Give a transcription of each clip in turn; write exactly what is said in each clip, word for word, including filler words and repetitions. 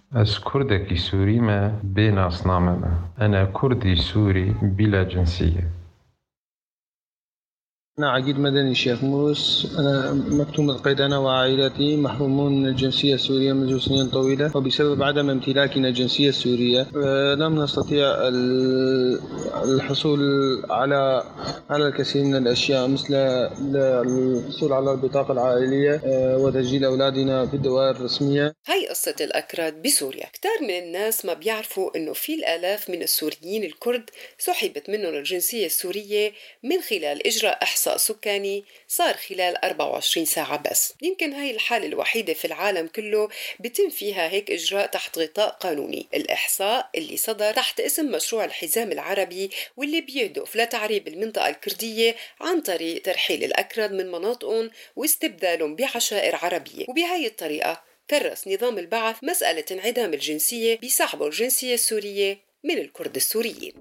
از کردکی سوری ما بین أصنام ما. أنا كردي سوري بلا جنسية. أنا عقيد مدني شيخ موس. أنا مكتوم القيد أنا وعائلتي محرومون من الجنسية السورية منذ سنين طويلة، وبسبب عدم امتلاكنا الجنسية السورية آه، لم نستطيع ال- الحصول على على الكثير من الأشياء، مثل الحصول على البطاقة العائلية آه، وتسجيل أولادنا في الدوائر الرسمية. هاي قصة الأكراد بسوريا. كتار من الناس ما بيعرفوا إنه في الآلاف من السوريين الكرد سحبت منهم الجنسية السورية من خلال إجراء إحصاء سكاني صار خلال أربعة وعشرين ساعة بس. يمكن هاي الحالة الوحيدة في العالم كله بيتم فيها هيك إجراء تحت غطاء قانوني، الإحصاء اللي صدر تحت اسم مشروع الحزام العربي، واللي بيهدف لتعريب المنطقة الكردية عن طريق ترحيل الأكراد من مناطقهم واستبدالهم بعشائر عربية. وبهاي الطريقة كرس نظام البعث مسألة انعدام الجنسية بسحب الجنسية السورية من الكرد السوريين.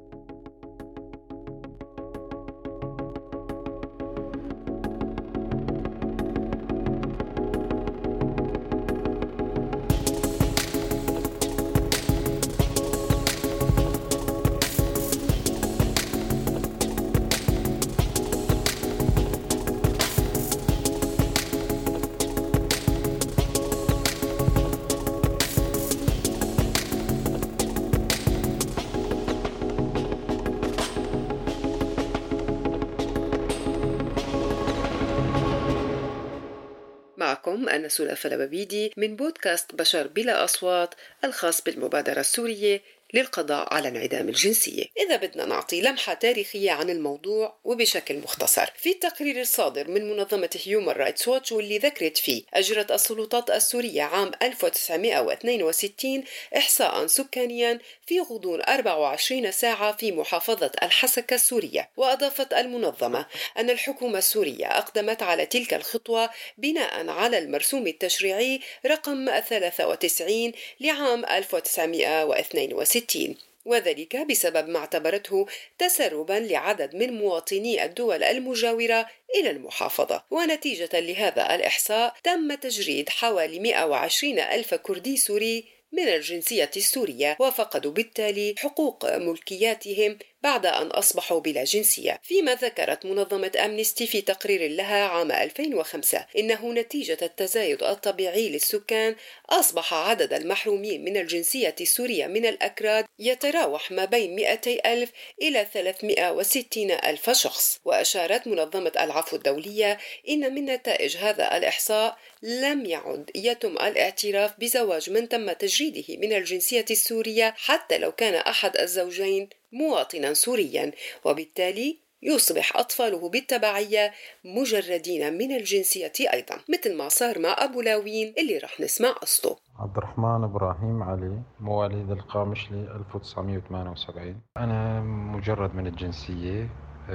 معكم أنا سلافة لبابيدي من بودكاست بشر بلا أصوات الخاص بالمبادرة السورية للقضاء على انعدام الجنسية. إذا بدنا نعطي لمحة تاريخية عن الموضوع وبشكل مختصر، في التقرير الصادر من منظمة هيومن رايتس ووتش واللي ذكرت فيه أجرت السلطات السورية عام ألف وتسعمائة واثنين وستين إحصاء سكانيا في غضون أربع وعشرين ساعة في محافظة الحسكة السورية. وأضافت المنظمة أن الحكومة السورية أقدمت على تلك الخطوة بناء على المرسوم التشريعي رقم ثلاثة وتسعين لعام ألف وتسعمائة واثنين وستين، وذلك بسبب ما اعتبرته تسربا لعدد من مواطني الدول المجاورة إلى المحافظة. ونتيجة لهذا الإحصاء تم تجريد حوالي مئة وعشرين ألف كردي سوري من الجنسية السورية، وفقدوا بالتالي حقوق ملكياتهم بعد أن أصبحوا بلا جنسية. فيما ذكرت منظمة أمنستي في تقرير لها عام ألفين وخمسة إنه نتيجة التزايد الطبيعي للسكان أصبح عدد المحرومين من الجنسية السورية من الأكراد يتراوح ما بين مئتي ألف إلى ثلاثمائة وستين ألف شخص. وأشارت منظمة العفو الدولية إن من نتائج هذا الإحصاء لم يعد يتم الاعتراف بزواج من تم تجريده من الجنسية السورية حتى لو كان أحد الزوجين مواطنا سوريا، وبالتالي يصبح أطفاله بالتبعية مجردين من الجنسية أيضا، مثل ما صار مع أبو لاوين اللي رح نسمع قصته. عبد الرحمن إبراهيم علي، مواليد القامشلي ألف وتسعمائة وثمانية وسبعين. أنا مجرد من الجنسية.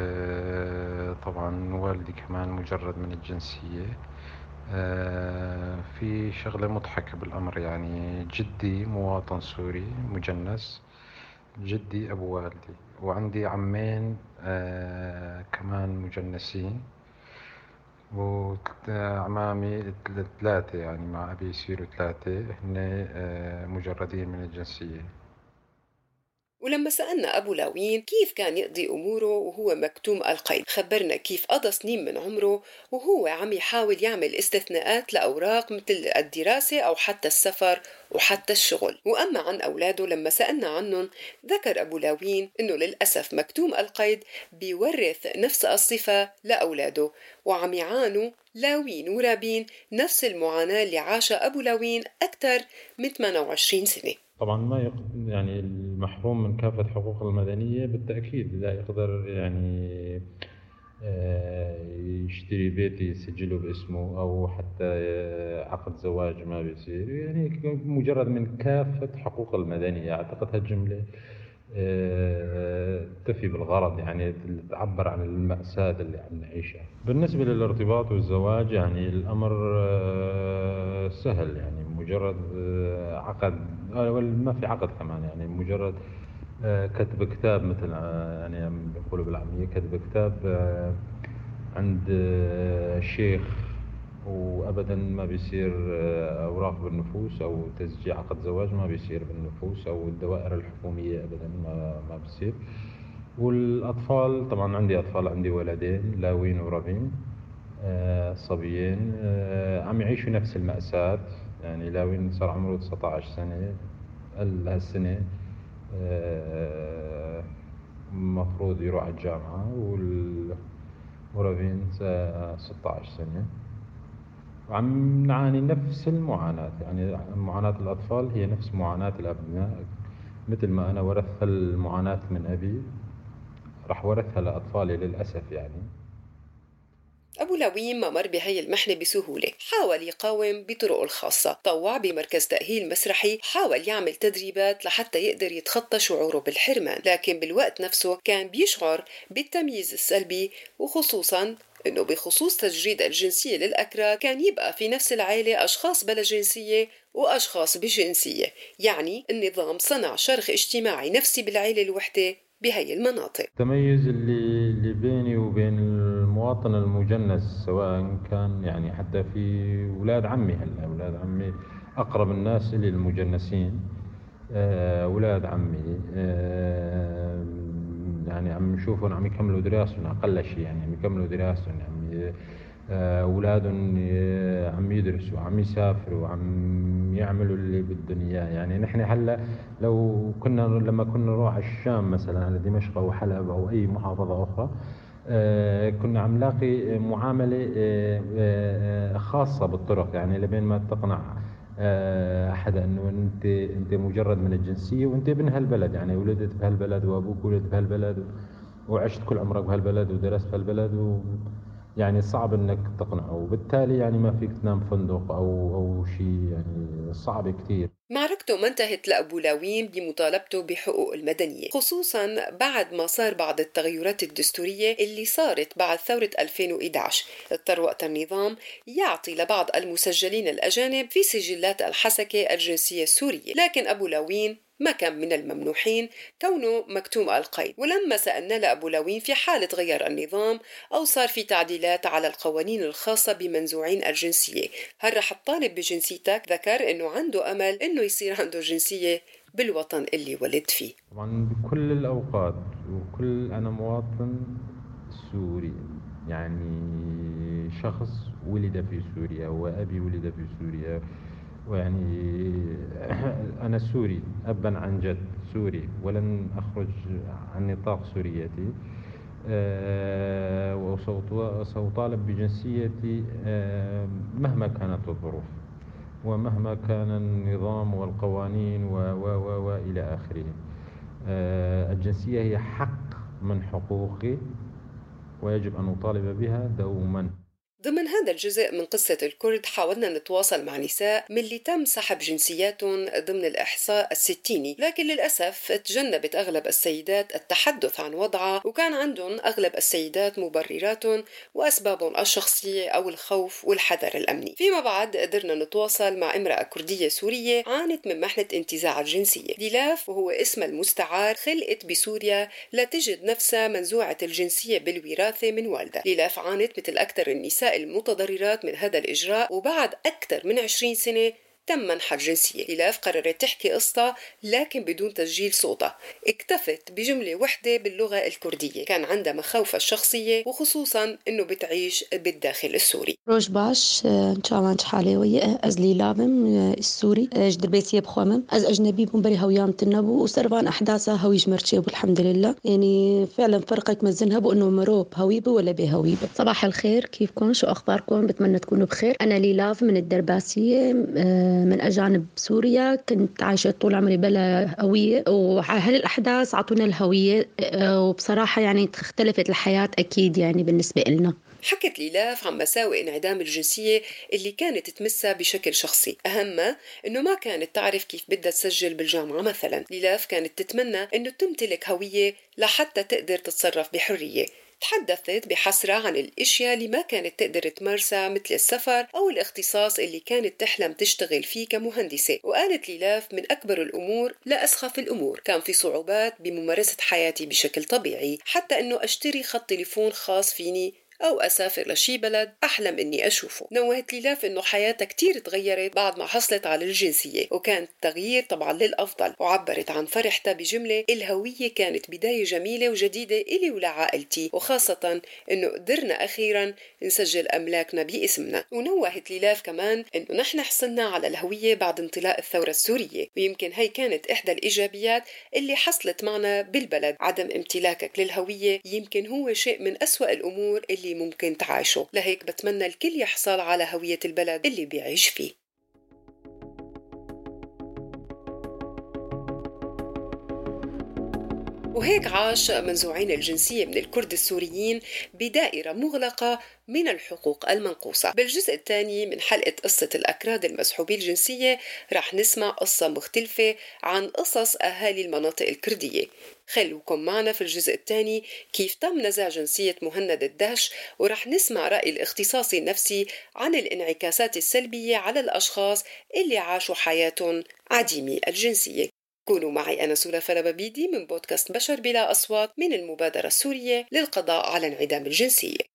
أه طبعا والدي كمان مجرد من الجنسية. أه في شغلة مضحكة بالأمر، يعني جدي مواطن سوري مجنس، جدي أبو والدي، وعندي عمين أه كمان مجنسين، وعمامي ثلاثة، يعني مع أبي يصيروا ثلاثة، هن أه مجردين من الجنسية. ولما سألنا أبو لاوين كيف كان يقضي أموره وهو مكتوم القيد، خبرنا كيف قضى سنين من عمره وهو عم يحاول يعمل استثناءات لأوراق مثل الدراسة أو حتى السفر وحتى الشغل. وأما عن أولاده لما سألنا عنهم، ذكر أبو لاوين أنه للأسف مكتوم القيد بيورث نفس الصفة لأولاده، وعم يعانوا لاوين ورابين نفس المعاناة اللي عاشها أبو لاوين أكثر من ثمانية وعشرين سنة. طبعا ما يق... يعني المحروم من كافة حقوق المدنية بالتأكيد لا يقدر يعني يشتري بيت يسجله باسمه أو حتى عقد زواج ما بيصير، يعني مجرد من كافة حقوق المدنية. أعتقد هالجملة تفي بالغرض، يعني تعبر عن المأساة اللي عم نعيشها. بالنسبة للارتباط والزواج يعني الأمر سهل، يعني مجرد عقد، ما في عقد كمان، يعني مجرد كتب كتاب، مثل يعني بيقولوا بالعامية كتب كتاب عند الشيخ وأبدا ما بيصير أوراق بالنفوس أو تسجيل عقد زواج ما بيصير بالنفوس أو الدوائر الحكومية أبدا ما ما بيصير. والأطفال طبعا عندي أطفال، عندي ولدين لاوين ورابين آه صبيين آه عم يعيشوا نفس المأساة. يعني لاوين صار عمره تسعة عشر سنة هالسنة، آه مفروض يروح على الجامعة، ورابين ستة عشر سنة، وعم نعاني نفس المعاناة. يعني معاناة الأطفال هي نفس معاناة الأبناء، مثل ما أنا ورثت المعاناة من أبي رح ورثها لأطفالي للأسف. يعني أبو لاوين ما مر بهي المحنة بسهولة، حاول يقاوم بطرقه الخاصة، طوع بمركز تأهيل مسرحي، حاول يعمل تدريبات لحتى يقدر يتخطى شعوره بالحرمان، لكن بالوقت نفسه كان بيشعر بالتمييز السلبي، وخصوصاً أنه بخصوص تجريد الجنسية للأكراد كان يبقى في نفس العائلة أشخاص بلا جنسية وأشخاص بجنسية. يعني النظام صنع شرخ اجتماعي نفسي بالعائلة الوحدة بهي المناطق. التميز اللي, اللي بيني وبين المواطن المجنس، سواء كان يعني حتى في أولاد عمي، هلا أولاد عمي أقرب الناس إلي المجنسين، أولاد عمي أه يعني عم نشوفهم عم يكملوا دراستهم أقل شيء، يعني عم يكملوا دراستهم، عم أولادهم عم يدرسوا، عم يسافروا، عم يعملوا اللي بدهم إياه. يعني نحن هلا لو كنا لما كنا نروح على الشام مثلا، على دمشق أو حلب أو أي محافظة أخرى، آه كنا عم نلاقي معاملة آه خاصة بالطرق. يعني لبين ما تقنع آه حدا انه انت انت مجرد من الجنسية وانت ابن هالبلد، يعني ولدت بهالبلد وابوك ولد بهالبلد وعشت كل عمرك بهالبلد ودرست بهالبلد، و يعني صعب انك تقنعه، وبالتالي يعني ما فيك تنام فندق او او شيء، يعني صعب كثير. معركته ما انتهت لأبو لاوين بمطالبته بحقوق المدنية، خصوصا بعد ما صار بعض التغيرات الدستورية اللي صارت بعد ثورة ألفين وإحدى عشر. اضطر وقت النظام يعطي لبعض المسجلين الأجانب في سجلات الحسكة الجنسية السورية، لكن أبو لاوين ما كان من الممنوحين كونه مكتوم القيد. ولما سألنا لأبو لاوين في حال تغير النظام أو صار في تعديلات على القوانين الخاصة بمنزوعين الجنسية، هل رح تطالب بجنسيتك؟ ذكر أنه عنده أمل أنه يصير عنده جنسية بالوطن اللي ولد فيه. طبعا بكل الأوقات وكل أنا مواطن سوري، يعني شخص ولد في سوريا وأبي ولد في سوريا، ويعني أنا سوري أبا عن جد سوري، ولن أخرج عن نطاق سوريتي، أه وسأطالب بجنسيتي أه مهما كانت الظروف ومهما كان النظام والقوانين و و و وإلى آخره. أه الجنسية هي حق من حقوقي ويجب أن أطالب بها دوما. ضمن هذا الجزء من قصة الكرد حاولنا نتواصل مع نساء من اللي تم سحب جنسياتهم ضمن الإحصاء الستيني، لكن للأسف تجنبت أغلب السيدات التحدث عن وضعها، وكان عندهم أغلب السيدات مبرراتهم وأسبابهم الشخصية أو الخوف والحذر الأمني. فيما بعد قدرنا نتواصل مع امرأة كردية سورية عانت من محنة انتزاع الجنسية. ديلاف وهو اسم المستعار، خلقت بسوريا لتجد نفسها منزوعة الجنسية بالوراثة من والدها. ديلاف عانت مثل أكثر النساء المتضررات من هذا الإجراء، وبعد أكثر من عشرين سنة تم منحها الجنسية. ديلاف قررت تحكي قصتها لكن بدون تسجيل صوتها، اكتفت بجملة وحدة باللغة الكردية. كان عندها مخاوفها الشخصية وخصوصا أنه بتعيش بالداخل السوري. روش باش إن شاء الله حالي ويا أزلي لابم السوري أجدر بيتي بخوامم أز أجنبي بمبري هويام تنبو وسربان أحداثها هويج مرتشي والحمد لله. يعني فعلا فرقك مزنها بأنه مروب هويبة ولا بهويبة. صباح الخير، كيفكم؟ شو أخباركم؟ بتمنى تكونوا بخير. أنا ليلاف من الدرباسية من أجانب سوريا، كنت عايشة طول عمري بلا هوية، وهالأحداث عطونا الهوية، وبصراحة يعني اختلفت الحياة أكيد يعني بالنسبة لنا. حكت ليلاف عن مساوئ انعدام الجنسية اللي كانت تمسها بشكل شخصي، أهمها أنه ما كانت تعرف كيف بدها تسجل بالجامعة مثلا. ليلاف كانت تتمنى أنه تمتلك هوية لحتى تقدر تتصرف بحرية. تحدثت بحسرة عن الاشياء اللي ما كانت تقدر تمارسها مثل السفر او الاختصاص اللي كانت تحلم تشتغل فيه كمهندسة. وقالت ليلاف من اكبر الامور لاسخف الامور، كان في صعوبات بممارسة حياتي بشكل طبيعي، حتى انه اشتري خط تليفون خاص فيني أو أسافر لشي بلد أحلم إني أشوفه. نوهت ليلاف إنه حياتها كتير تغيرت بعد ما حصلت على الجنسية، وكان التغيير طبعا للأفضل، وعبرت عن فرحتها بجملة: الهوية كانت بداية جميلة وجديدة إلي ولعائلتي، وخاصة إنه قدرنا أخيرا نسجل أملاكنا باسمنا. ونوهت ليلاف كمان إنه نحن حصلنا على الهوية بعد انطلاق الثورة السورية، ويمكن هي كانت إحدى الإيجابيات اللي حصلت معنا بالبلد. عدم امتلاكك للهوية يمكن هو شيء من أسوأ الأمور اللي ممكن تعيشه، لهيك بتمنى الكل يحصل على هوية البلد اللي بيعيش فيه. وهيك عاش منزوعين الجنسية من الكرد السوريين بدائرة مغلقة من الحقوق المنقوصة. بالجزء الثاني من حلقة قصة الأكراد المسحوبي الجنسية رح نسمع قصة مختلفة عن قصص أهالي المناطق الكردية. خلوكم معنا في الجزء الثاني كيف تم نزع جنسية مهند الدهش، ورح نسمع رأي الاختصاصي النفسي عن الانعكاسات السلبية على الأشخاص اللي عاشوا حياتهم عديمي الجنسية. كونوا معي أنا سولا فلبابيدي من بودكاست بشر بلا أصوات من المبادرة السورية للقضاء على انعدام الجنسية.